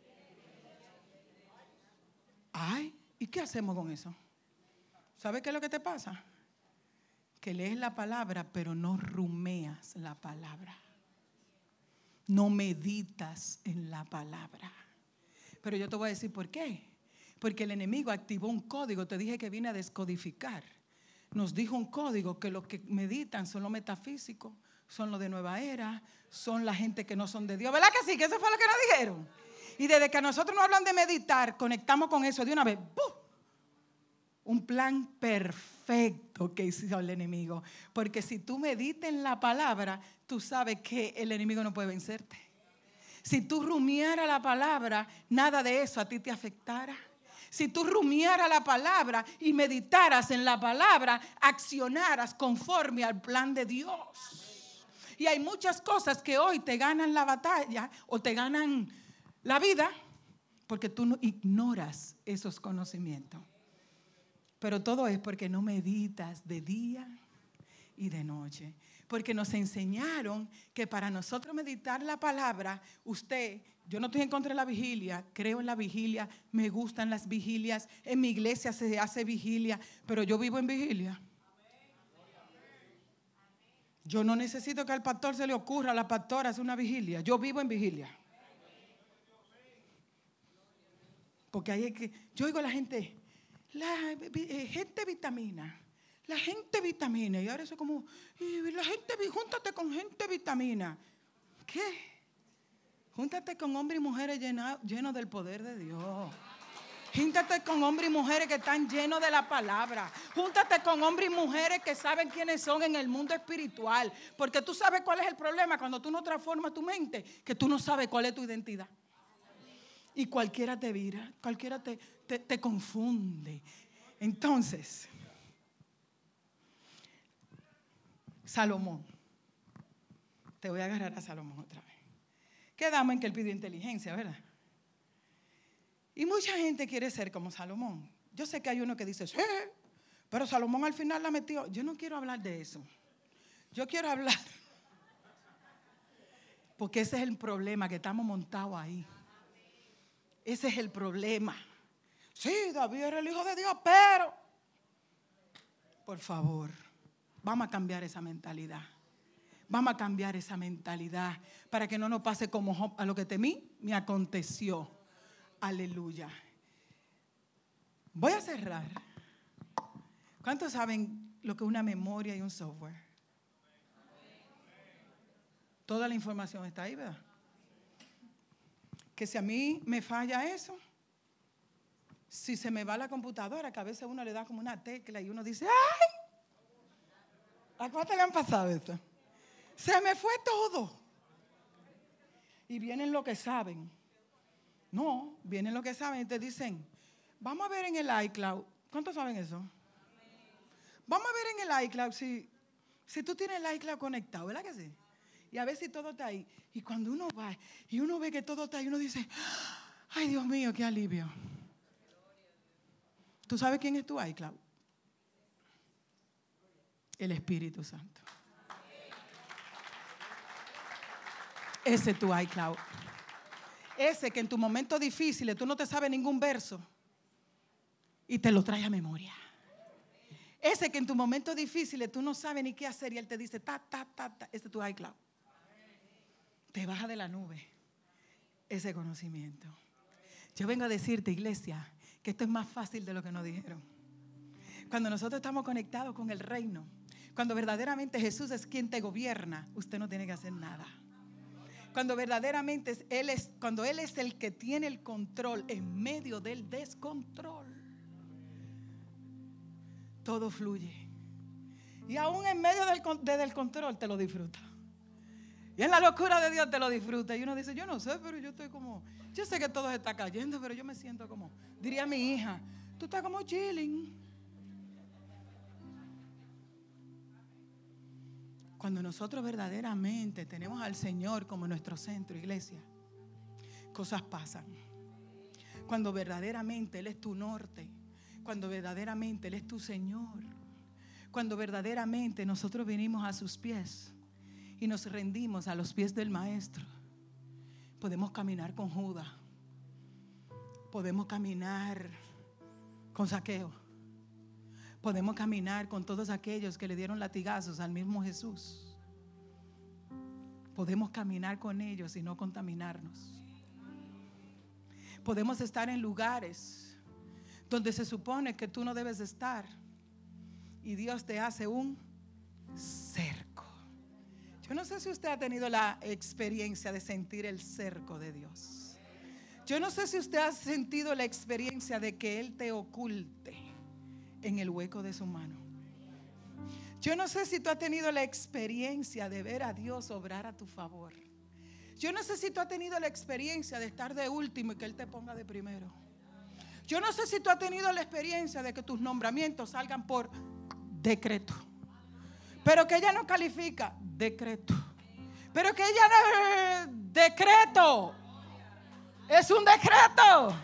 Ay, ¿y qué hacemos con eso? ¿Sabes qué es lo que te pasa? Que lees la palabra, pero no rumeas la palabra. No meditas en la palabra. Pero yo te voy a decir por qué. Porque el enemigo activó un código. Te dije que viene a descodificar. Nos dijo un código que los que meditan son los metafísicos, son los de nueva era, son la gente que no son de Dios. ¿Verdad que sí? Que eso fue lo que nos dijeron. Y desde que a nosotros nos hablan de meditar, conectamos con eso de una vez. ¡Buf! Un plan perfecto que hizo el enemigo. Porque si tú meditas en la palabra, tú sabes que el enemigo no puede vencerte. Si tú rumiaras la palabra, nada de eso a ti te afectara. Si tú rumiaras la palabra y meditaras en la palabra, accionaras conforme al plan de Dios. Y hay muchas cosas que hoy te ganan la batalla o te ganan la vida porque tú no ignoras esos conocimientos. Pero todo es porque no meditas de día y de noche. Porque nos enseñaron que para nosotros meditar la palabra, usted, yo no estoy en contra de la vigilia, creo en la vigilia, me gustan las vigilias, en mi iglesia se hace vigilia, pero yo vivo en vigilia. Yo no necesito que al pastor se le ocurra, a la pastora hacer una vigilia, yo vivo en vigilia. Porque ahí es que, yo oigo a la gente, la eh, gente vitamina. La gente vitamina. Y ahora eso como, y la gente, júntate con gente vitamina. ¿Qué? Júntate con hombres y mujeres llenos lleno del poder de Dios. Júntate con hombres y mujeres que están llenos de la palabra. Júntate con hombres y mujeres que saben quiénes son en el mundo espiritual. Porque tú sabes cuál es el problema cuando tú no transformas tu mente, que tú no sabes cuál es tu identidad. Y cualquiera te vira, cualquiera te, te, te confunde. Entonces, Salomón. Te voy a agarrar a Salomón otra vez. Quedamos en que él pidió inteligencia, ¿verdad? Y mucha gente quiere ser como Salomón. Yo sé que hay uno que dice, sí, pero Salomón al final la metió. Yo no quiero hablar de eso. Yo quiero hablar, porque ese es el problema, que estamos montados ahí. Ese es el problema. Sí, David era el hijo de Dios, pero por favor, vamos a cambiar esa mentalidad. Vamos a cambiar esa mentalidad para que no nos pase como Job, a lo que temí me aconteció. Aleluya. Voy a cerrar. ¿Cuántos saben lo que es una memoria y un software? Toda la información está ahí, ¿verdad? Que si a mí me falla eso, si se me va la computadora, que a veces uno le da como una tecla y uno dice, ¡ay! ¿A cuántos le han pasado esto? Se me fue todo. Y vienen los que saben. No, vienen los que saben y te dicen, vamos a ver en el iCloud. ¿Cuántos saben eso? Vamos a ver en el iCloud si, si tú tienes el iCloud conectado, ¿verdad que sí? Y a ver si todo está ahí. Y cuando uno va y uno ve que todo está ahí, uno dice, ay Dios mío, qué alivio. ¿Tú sabes quién es tu iCloud? El Espíritu Santo. Ese es tu iCloud. Ese que en tu momento difícil tú no te sabes ningún verso y te lo trae a memoria. Ese que en tus momentos difíciles tú no sabes ni qué hacer y Él te dice, ta, ta, ta, ta. Este es tu iCloud. Te baja de la nube ese conocimiento. Yo vengo a decirte, iglesia, que esto es más fácil de lo que nos dijeron. Cuando nosotros estamos conectados con el reino, cuando verdaderamente Jesús es quien te gobierna, usted no tiene que hacer nada. Cuando verdaderamente Él es, cuando Él es el que tiene el control en medio del descontrol, todo fluye. Y aún en medio del, de, del control te lo disfruta. Y en la locura de Dios te lo disfruta. Y uno dice, yo no sé, pero yo estoy como, yo sé que todo se está cayendo, pero yo me siento como, diría mi hija, tú estás como chilling. Cuando nosotros verdaderamente tenemos al Señor como nuestro centro, iglesia, cosas pasan. Cuando verdaderamente Él es tu norte, cuando verdaderamente Él es tu Señor, cuando verdaderamente nosotros venimos a sus pies y nos rendimos a los pies del Maestro, podemos caminar con Judas, podemos caminar con Zaqueo, podemos caminar con todos aquellos que le dieron latigazos al mismo Jesús. Podemos caminar con ellos y no contaminarnos. Podemos estar en lugares donde se supone que tú no debes estar y Dios te hace un cerco. Yo no sé si usted ha tenido la experiencia de sentir el cerco de Dios. Yo no sé si usted ha sentido la experiencia de que Él te oculte en el hueco de su mano. Yo no sé si tú has tenido la experiencia de ver a Dios obrar a tu favor. Yo no sé si tú has tenido la experiencia de estar de último y que Él te ponga de primero. Yo no sé si tú has tenido la experiencia de que tus nombramientos salgan por decreto, pero que ella no califica, decreto, pero que ella no, decreto, es un decreto.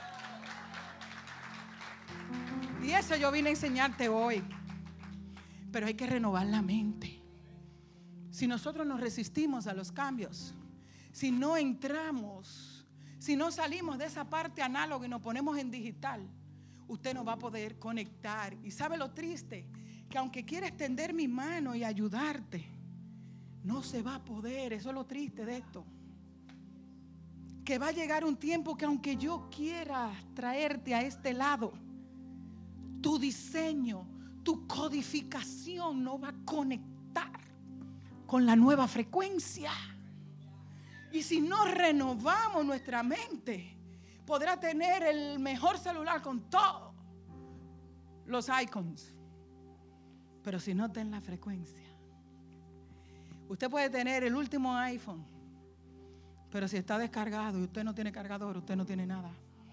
Y eso yo vine a enseñarte hoy. Pero hay que renovar la mente. Si nosotros nos resistimos a los cambios, si no entramos, si no salimos de esa parte análoga y nos ponemos en digital, usted no va a poder conectar. Y sabe lo triste, que aunque quiera extender mi mano y ayudarte, no se va a poder. Eso es lo triste de esto. Que va a llegar un tiempo que aunque yo quiera traerte a este lado, tu diseño, tu codificación no va a conectar con la nueva frecuencia. Y si no renovamos nuestra mente, podrá tener el mejor celular con todos los icons, pero si no está en la frecuencia. Usted puede tener el último iPhone, pero si está descargado y usted no tiene cargador, usted no tiene nada.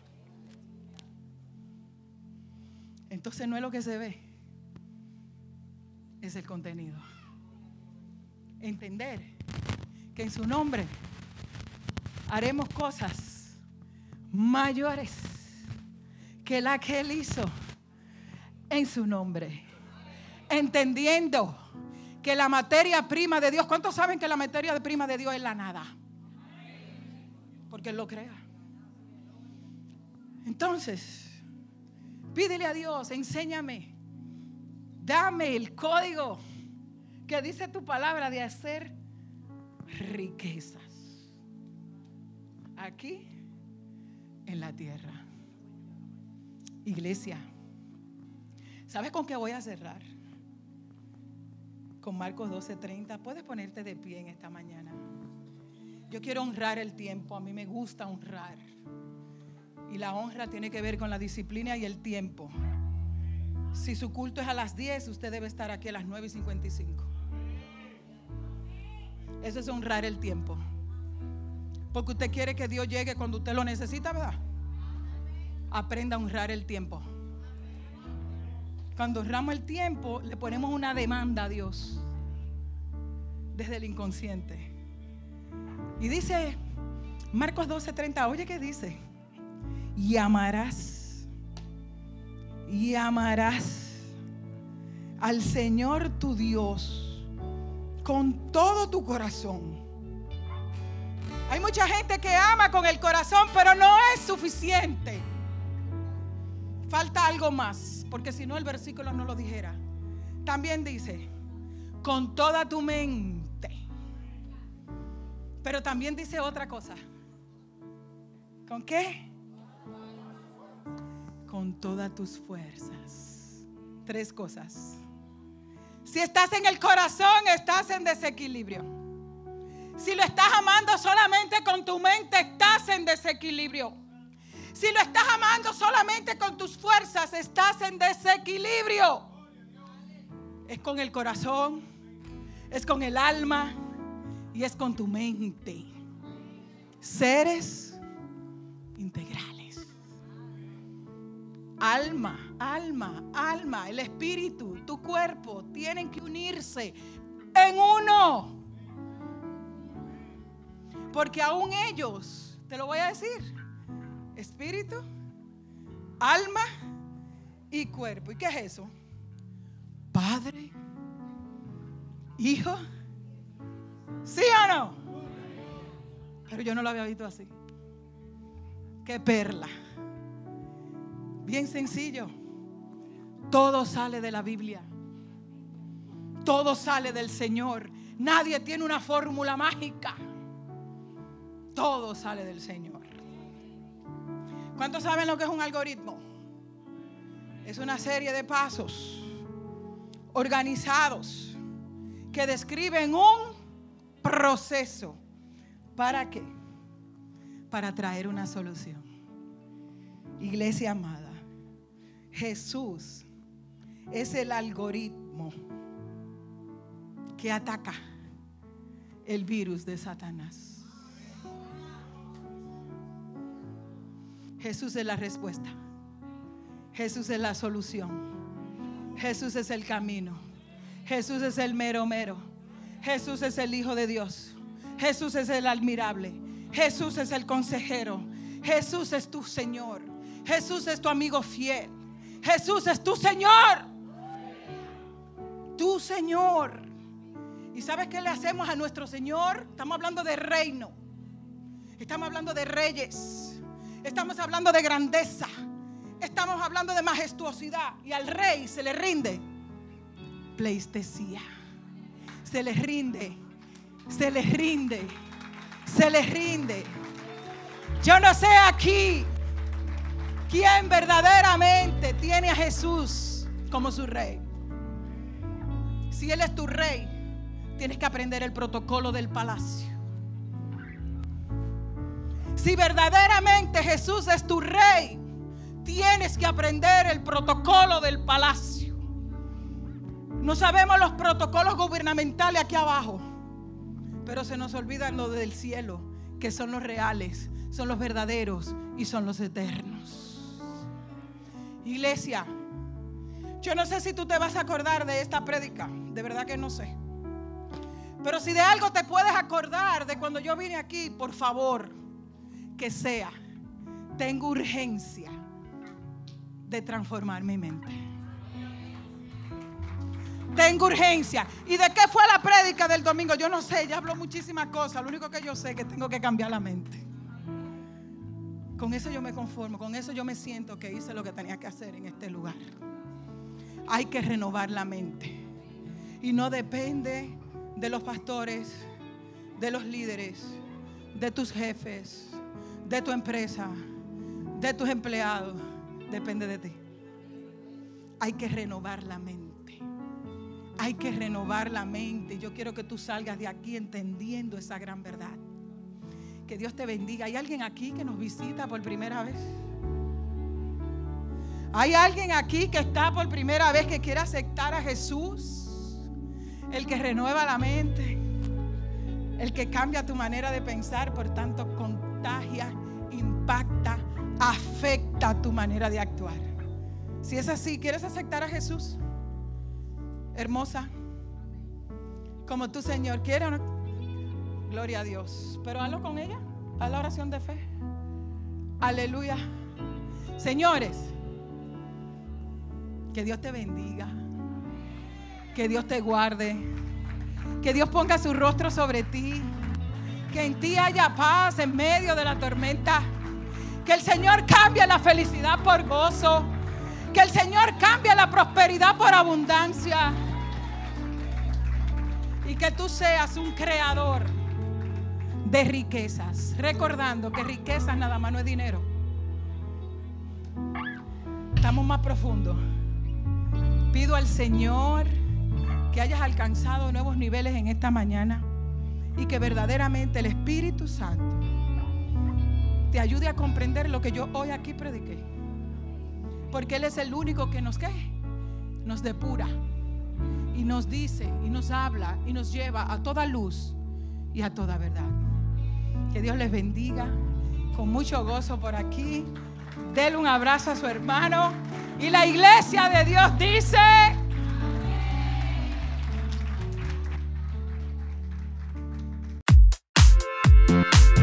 Entonces no es lo que se ve, es el contenido. Entender que en su nombre haremos cosas mayores que la que Él hizo en su nombre. Entendiendo que la materia prima de Dios, ¿cuántos saben que la materia prima de Dios es la nada? Porque Él lo crea. Entonces, pídele a Dios, enséñame, dame el código que dice tu palabra de hacer riquezas aquí en la tierra. Iglesia, ¿sabes con qué voy a cerrar? Con Marcos doce treinta. Puedes ponerte de pie en esta mañana. Yo quiero honrar el tiempo. A mí me gusta honrar. Y la honra tiene que ver con la disciplina y el tiempo. Si su culto es a las diez, usted debe estar aquí a las nueve y cincuenta y cinco. Eso es honrar el tiempo. Porque usted quiere que Dios llegue cuando usted lo necesita, ¿verdad? Aprenda a honrar el tiempo. Cuando honramos el tiempo, le ponemos una demanda a Dios desde el inconsciente. Y dice Marcos doce treinta, oye, ¿qué dice? Y amarás, y amarás al Señor tu Dios con todo tu corazón. Hay mucha gente que ama con el corazón, pero no es suficiente. falta algo más, porque si no el versículo no lo dijera. También dice, con toda tu mente. Pero también dice otra cosa. ¿Con qué? Con todas tus fuerzas. Tres cosas. Si estás en el corazón, estás en desequilibrio. Si lo estás amando solamente con tu mente, estás en desequilibrio. Si lo estás amando solamente con tus fuerzas, estás en desequilibrio. Es con el corazón, es con el alma y es con tu mente. Seres integrales. Alma, alma, alma, el espíritu, tu cuerpo tienen que unirse en uno. Porque aún ellos, te lo voy a decir, espíritu, alma y cuerpo. ¿Y qué es eso? Padre, hijo, ¿sí o no? Pero yo no lo había visto así. Qué perla. Bien sencillo. Todo sale de la Biblia. Todo sale del Señor. Nadie tiene una fórmula mágica. Todo sale del Señor. ¿Cuántos saben lo que es un algoritmo? Es una serie de pasos organizados que describen un proceso. ¿Para qué? Para traer una solución. Iglesia amada, Jesús es el algoritmo que ataca el virus de Satanás. Jesús es la respuesta. Jesús es la solución. Jesús es el camino. Jesús es el mero mero. Jesús es el Hijo de Dios. Jesús es el admirable. Jesús es el consejero. Jesús es tu Señor. Jesús es tu amigo fiel. Jesús es tu Señor. Tu Señor. ¿Y sabes qué le hacemos a nuestro Señor? Estamos hablando de reino. Estamos hablando de reyes. Estamos hablando de grandeza. Estamos hablando de majestuosidad. Y al rey se le rinde pleitesía. Se le rinde. Se le rinde. Se le rinde. Yo no sé aquí quién verdaderamente tiene a Jesús como su rey. Si Él es tu rey, tienes que aprender el protocolo del palacio. Si verdaderamente Jesús es tu rey, tienes que aprender el protocolo del palacio. No sabemos los protocolos gubernamentales aquí abajo, pero se nos olvidan los del cielo, que son los reales, son los verdaderos y son los eternos. Iglesia, yo no sé si tú te vas a acordar de esta prédica, de verdad que no sé. Pero si de algo te puedes acordar de cuando yo vine aquí, por favor, que sea, tengo urgencia de transformar mi mente. Tengo urgencia. ¿Y de qué fue la prédica del domingo? Yo no sé, ya habló muchísimas cosas. Lo único que yo sé es que tengo que cambiar la mente. Con eso yo me conformo, con eso yo me siento que hice lo que tenía que hacer en este lugar. Hay que renovar la mente. Y no depende de los pastores, de los líderes, de tus jefes, de tu empresa, de tus empleados. Depende de ti. Hay que renovar la mente. Hay que renovar la mente. Yo quiero que tú salgas de aquí entendiendo esa gran verdad. Que Dios te bendiga. ¿Hay alguien aquí que nos visita por primera vez? ¿Hay alguien aquí que está por primera vez que quiere aceptar a Jesús? El que renueva la mente, el que cambia tu manera de pensar, por tanto contagia, impacta, afecta tu manera de actuar. Si es así, ¿quieres aceptar a Jesús? Hermosa, como tu Señor, ¿quiere o no? Gloria a Dios. Pero hazlo con ella, haz la oración de fe. Aleluya. Señores, que Dios te bendiga, que Dios te guarde, que Dios ponga su rostro sobre ti, que en ti haya paz en medio de la tormenta, que el Señor cambie la felicidad por gozo, Que el Señor cambie la prosperidad por abundancia. Y que tú seas un creador de riquezas. Recordando que riquezas nada más no es dinero. Estamos más profundos. Pido al Señor que hayas alcanzado nuevos niveles en esta mañana y que verdaderamente el Espíritu Santo te ayude a comprender lo que yo hoy aquí prediqué. Porque Él es el único que nos, ¿qué? Nos depura y nos dice y nos habla y nos lleva a toda luz y a toda verdad. Que Dios les bendiga con mucho gozo por aquí. Dele un abrazo a su hermano. Y la iglesia de Dios dice... Amén.